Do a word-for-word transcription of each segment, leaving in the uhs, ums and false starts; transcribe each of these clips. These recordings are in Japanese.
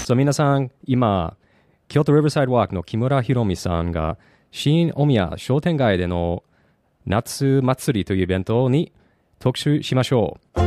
そう皆さん、今、京都リバーサイドワークの木村博美さんが、新大宮商店街での夏祭りというイベントに特集しましょう。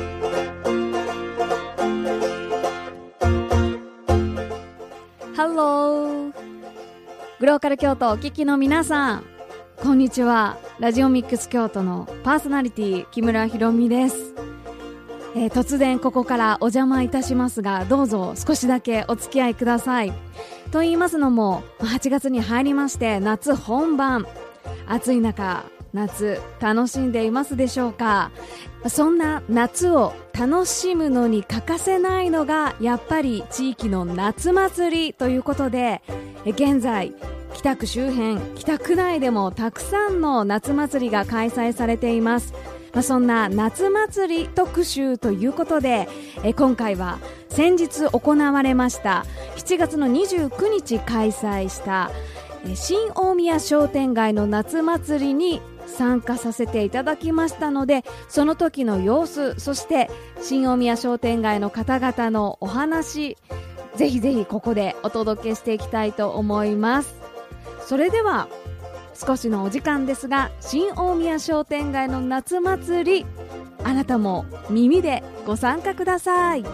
ハロー。グローカル京都お聞きの皆さん、こんにちは。ラジオミックス京都のパーソナリティ木村博美です。えー、突然ここからお邪魔いたしますが、どうぞ少しだけお付き合いください。と言いますのも、はちがつに入りまして夏本番、暑い中夏楽しんでいますでしょうか。そんな夏を楽しむのに欠かせないのがやっぱり地域の夏祭りということで、現在北区周辺、北区内でもたくさんの夏祭りが開催されています。まあ、そんな夏祭り特集ということで、え今回は先日行われましたしちがつのにじゅうくにち開催したえ新大宮商店街の夏祭りに参加させていただきましたので、その時の様子、そして新大宮商店街の方々のお話、ぜひぜひここでお届けしていきたいと思います。それでは少しのお時間ですが、新大宮商店街の夏祭り、あなたも耳でご参加ください。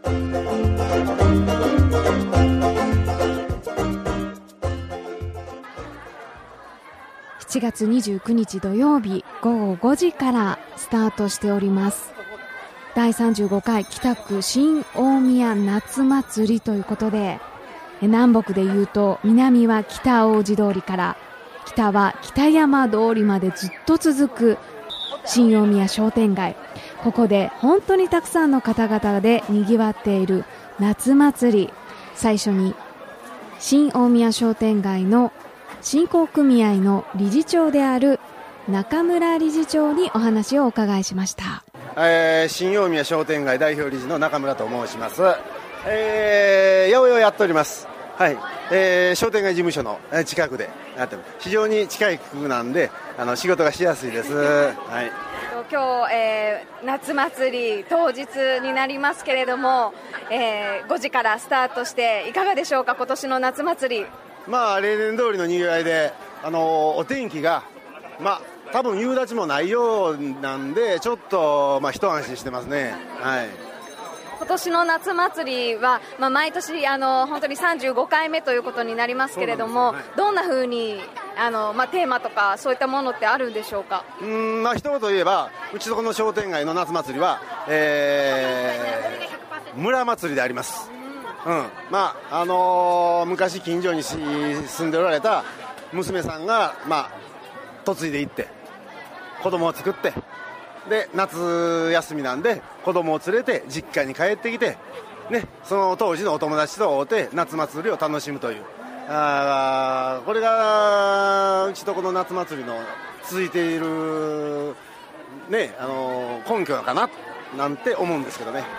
しちがつにじゅうくにち土曜日ごごごじからスタートしております。だいさんじゅうごかい北区新大宮夏祭りということで、南北でいうと南は北大路通りから、北は北山通りまでずっと続く新大宮商店街、ここで本当にたくさんの方々で賑わっている夏祭り。最初に新大宮商店街の振興組合の理事長である中村理事長にお話をお伺いしました。 えー、新大宮商店街代表理事の中村と申します。えー、八百屋をやっております。はい、えー、商店街事務所の近くでやってます。非常に近い区なんで、あの仕事がしやすいです。はい、 今日、えー、夏祭り当日になりますけれども、えー、ごじからスタートしていかがでしょうか、今年の夏祭り。まあ例年通りのにぎわいで、あのお天気がまあ多分夕立もないようなんで、ちょっとまあ一安心してますね。はい。 今年の夏祭りは、まあ、毎年あの本当にさんじゅうごかいめということになりますけれども、はい、どんな風にあの、まあ、テーマとかそういったものってあるんでしょうか。 うーん、まあ、一言言えば、うちとこの商店街の夏祭りは、えー、村祭りであります。うん、まああのー、昔近所に住んでおられた娘さんが、まあ、嫁いでいって子供を作って、で夏休みなんで子供を連れて実家に帰ってきて、ね、その当時のお友達と会うて夏祭りを楽しむという、あこれがうちとこの夏祭りの続いている、ね、あの根拠かななんて思うんですけどね。はい、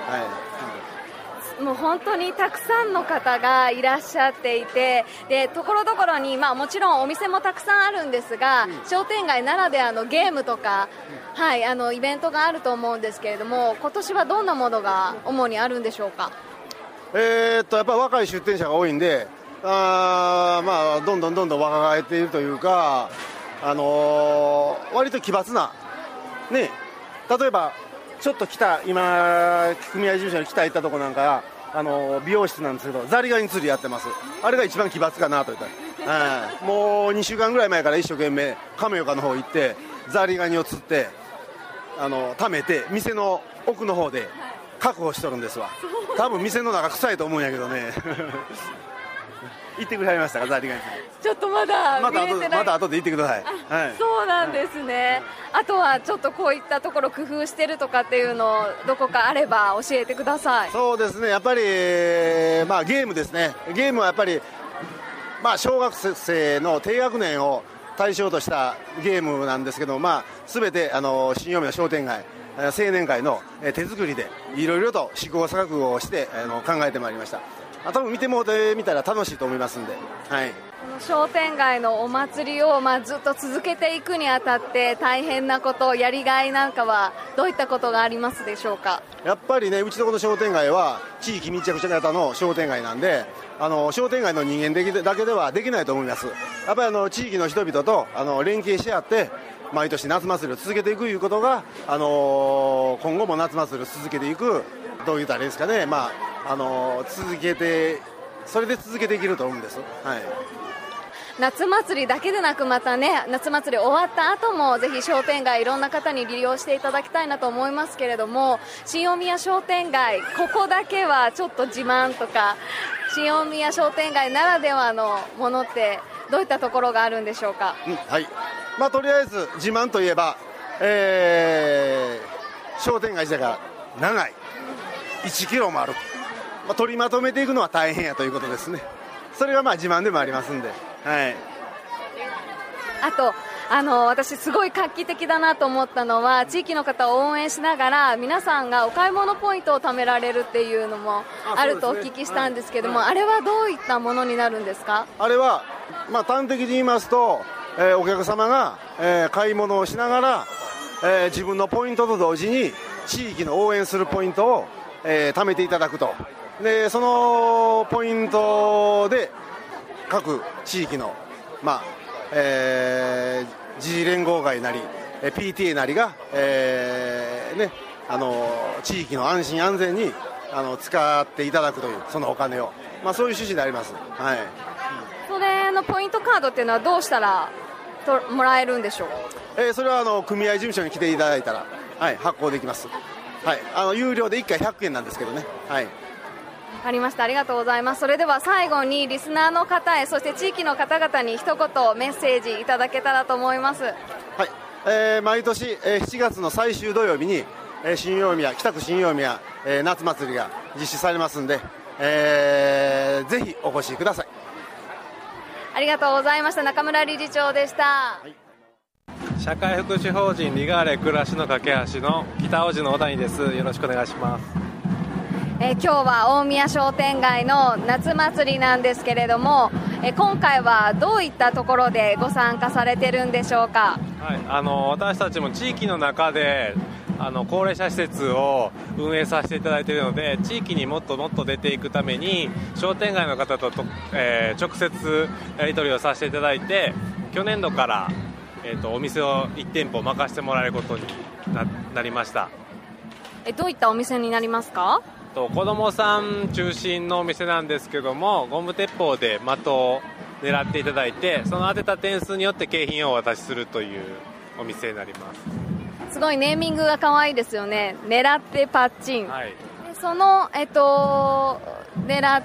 もう本当にたくさんの方がいらっしゃっていて、でところどころに、まあ、もちろんお店もたくさんあるんですが、うん、商店街ならではのゲームとか、うん、はい、あのイベントがあると思うんですけれども、今年はどんなものが主にあるんでしょうか。 えー、っとやっぱり若い出店者が多いんで、あ、まあ、どんどんどんどん若返っているというか、あのー、割と奇抜な、ね、例えばちょっと来た今組合事務所に来た行ったとこなんか、あの美容室なんですけど、ザリガニ釣りやってます。あれが一番奇抜かなと言ったら、うん、もうにしゅうかんぐらい前から一生懸命亀岡の方行ってザリガニを釣ってあの貯めて店の奥の方で確保しとるんですわ。多分店の中臭いと思うんやけどね行ってくれはりましたか、ザリガニ。 ちょっとまだまだ後で、まだ後で行ってください。はい、 そうなんですね。はい、あとはちょっとこういったところ工夫してるとかっていうのをどこかあれば教えてください。 そうですね、やっぱり、まあ、ゲームですね。ゲームはやっぱり、まあ、小学生の低学年を対象としたゲームなんですけど、まあ、全てあの新大宮商店街青年会の手作りでいろいろと試行錯誤をしてあの考えてまいりました。 多分見てもらってみたら楽しいと思いますんで、はい、 この商店街のお祭りを、まあ、ずっと続けていくにあたって大変なこと、やりがいなんかはどういったことがありますでしょうか。 やっぱりね、うちのこの商店街は地域密着型の商店街なんで、あの商店街の人間だけではできないと思います。やっぱりあの地域の人々とあの連携し合って毎年夏祭りを続けていくということが、あのー、今後も夏祭りを続けていく、どう言ったらいいですかね、まああのー、続けてそれで続けていけると思うんです、はい、 夏祭りだけでなく、またね、夏祭り終わった後もぜひ商店街いろんな方に利用していただきたいなと思いますけれども、新大宮商店街、ここだけはちょっと自慢とか、新大宮商店街ならではのものってどういったところがあるんでしょうか。 うん、はい、まあ、とりあえず自慢といえば、えー、商店街自体が長い、いちキロもある、まあ、取りまとめていくのは大変やということですね。それがまあ自慢でもありますんで、はい、 あとあの私すごい画期的だなと思ったのは、地域の方を応援しながら皆さんがお買い物ポイントを貯められるっていうのもあるとお聞きしたんですけども、 あ, ね、はい、あれはどういったものになるんですか。 あれは、まあ、端的に言いますと、えー、お客様が、えー、買い物をしながら、えー、自分のポイントと同時に地域の応援するポイントを、えー、貯めていただくと。でそのポイントで各地域の、まあえー、自治連合会なり ピーティーエー なりが、えーね、あの地域の安心安全にあの使っていただくという、そのお金を、まあ、そういう趣旨であります、はい、 それのポイントカードっていうのはどうしたらともらえるんでしょう。 えー、それはあの組合事務所に来ていただいたら、はい、発行できます、はい、あの有料でいっかいひゃくえんなんですけどね、はい、 ありました。ありがとうございます。それでは最後にリスナーの方へ、そして地域の方々に一言メッセージいただけたらと思います。はい、 えー、毎年、えー、しちがつの最終土曜日に、えー、新大宮北区新大宮、えー、夏祭りが実施されますんで、えー、ぜひお越しください。 ありがとうございました。中村理事長でした。はい、 社会福祉法人リガーレ暮らしの架け橋の北大路の小谷です。よろしくお願いします。 えー、今日は大宮商店街の夏祭りなんですけれども、えー、今回はどういったところでご参加されてるんでしょうか。 はい、あの私たちも地域の中であの高齢者施設を運営させていただいているので、地域にもっともっと出ていくために商店街の方と、と、えー、直接やり取りをさせていただいて、去年度から、えー、とお店をいち店舗任せてもらえることに な, なりました。 えどういったお店になりますか。 と子どもさん中心のお店なんですけども、ゴム鉄砲で的を狙っていただいて、その当てた点数によって景品をお渡しするというお店になります。 すごいネーミングが可愛いですよね。狙ってパッチン、 はい、 その、えっと、狙って、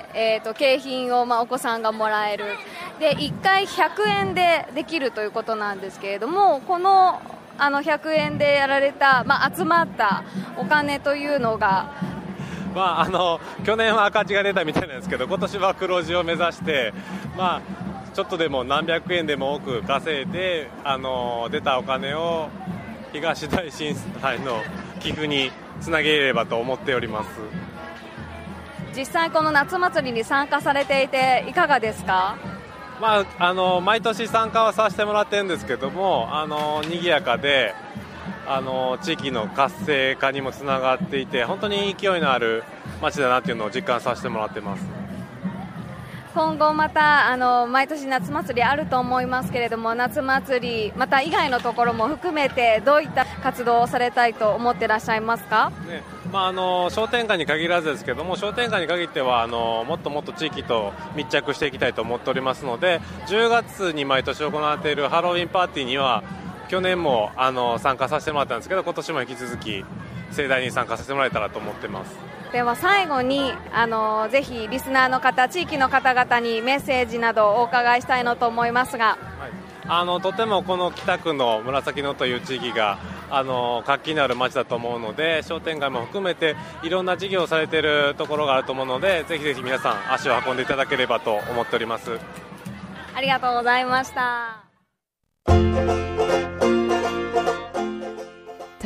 えっと、景品を、まあ、お子さんがもらえる。でいっかいひゃくえんでできるということなんですけれども、この、あのひゃくえんでやられた、まあ、集まったお金というのが、 まあ、あの去年は赤字が出たみたいなんですけど、今年は黒字を目指して、まあ、ちょっとでも何百円でも多く稼いで、あの出たお金を東大震災の寄付につなげればと思っております。 実際この夏祭りに参加されていていかがですか。 まあ、あの毎年参加はさせてもらってるんですけども、あの賑やかで、あの地域の活性化にもつながっていて、本当に勢いのある街だなっていうのを実感させてもらってます。 今後またあの毎年夏祭りあると思いますけれども、夏祭りまた以外のところも含めてどういった活動をされたいと思ってらっしゃいますか。 ね、まあ、あの商店街に限らずですけども、商店街に限ってはあのもっともっと地域と密着していきたいと思っておりますので、じゅうがつに毎年行われているハロウィンパーティーには去年もあの参加させてもらったんですけど、今年も引き続き盛大に参加させてもらえたらと思ってます。 では最後にあのぜひリスナーの方、地域の方々にメッセージなどをお伺いしたいのと思いますが。はい、 あのとてもこの北区の紫野という地域があの活気のある街だと思うので、商店街も含めていろんな事業をされているところがあると思うので、ぜひぜひ皆さん足を運んでいただければと思っております。 ありがとうございました。と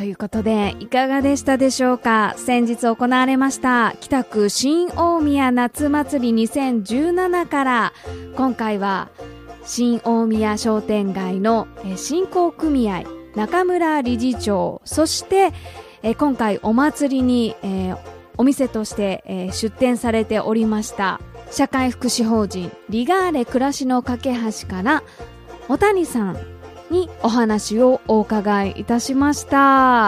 いうことでいかがでしたでしょうか。先日行われました北区新大宮夏祭りにせんじゅうななから今回は新大宮商店街の振興組合中村理事長、そして今回お祭りにお店として出店されておりました社会福祉法人リガーレ暮らしの架け橋から小谷さんにお話をお伺いいたしました。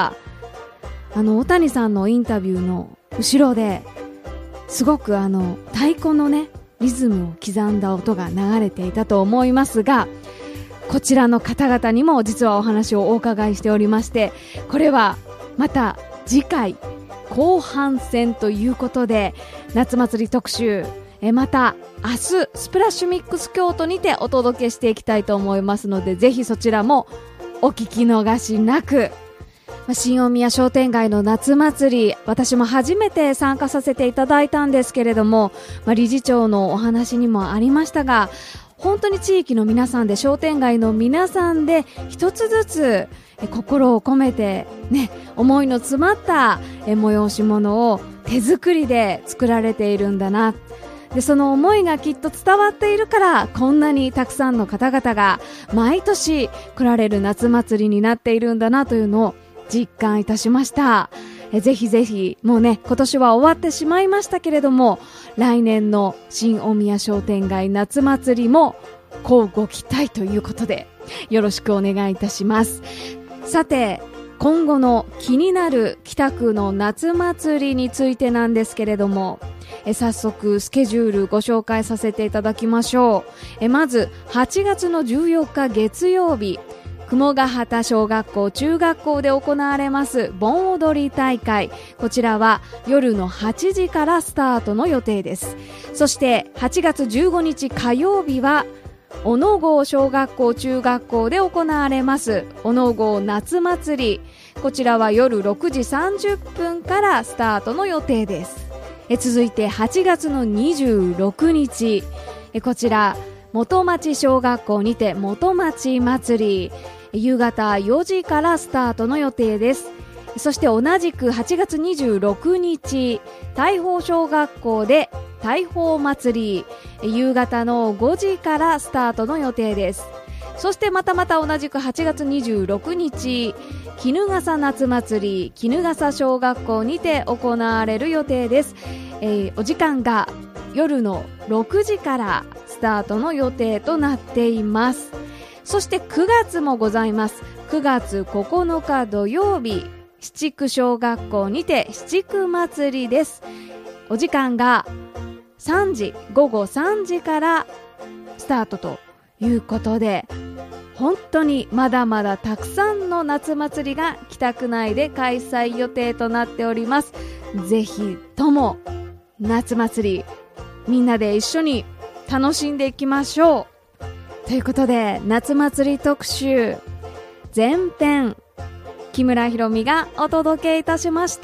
あの小谷さんのインタビューの後ろですごくあの太鼓のねリズムを刻んだ音が流れていたと思いますが、こちらの方々にも実はお話をお伺いしておりまして、これはまた次回後半戦ということで夏祭り特集えまた明日スプラッシュミックス京都にてお届けしていきたいと思いますので、ぜひそちらもお聞き逃しなく。新大宮商店街の夏祭り、私も初めて参加させていただいたんですけれども、まあ、理事長のお話にもありましたが、本当に地域の皆さんで商店街の皆さんで一つずつ心を込めてね、思いの詰まった催し物を手作りで作られているんだな。でその思いがきっと伝わっているからこんなにたくさんの方々が毎年来られる夏祭りになっているんだなというのを実感いたしました。えぜひぜひもうね今年は終わってしまいましたけれども、来年の新大宮商店街夏祭りも乞うご期待ということでよろしくお願いいたします。さて今後の気になる北区の夏祭りについてなんですけれども、え早速スケジュールご紹介させていただきましょう。えまずはちがつのじゅうよっか月曜日、雲ヶ畑小学校中学校で行われます盆踊り大会、こちらは夜のはちじからスタートの予定です。そしてはちがつじゅうごにち火曜日は小野郷小学校中学校で行われます小野郷夏祭り、こちらは夜ろくじさんじゅっぷんからスタートの予定です。え続いてはちがつのにじゅうろくにち、えこちら元町小学校にて元町祭り、夕方よじからスタートの予定です。そして同じくはちがつにじゅうろくにち大宝小学校で大宝祭り、夕方のごじからスタートの予定です。そしてまたまた同じくはちがつにじゅうろくにち衣笠夏祭り、衣笠小学校にて行われる予定です。えー、お時間が夜のろくじからスタートの予定となっています。そしてくがつもございます。くがつここのか土曜日、七区小学校にて七区祭りです。お時間がさんじ、ごごさんじからスタートということで、本当にまだまだたくさんの夏祭りが北区内で開催予定となっております。ぜひとも夏祭りみんなで一緒に楽しんでいきましょうということで、夏祭り特集前編木村ひろみがお届けいたしました。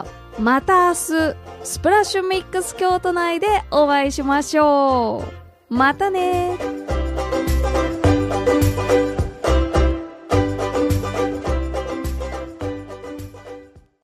また明日スプラッシュミックス京都内でお会いしましょう。またね。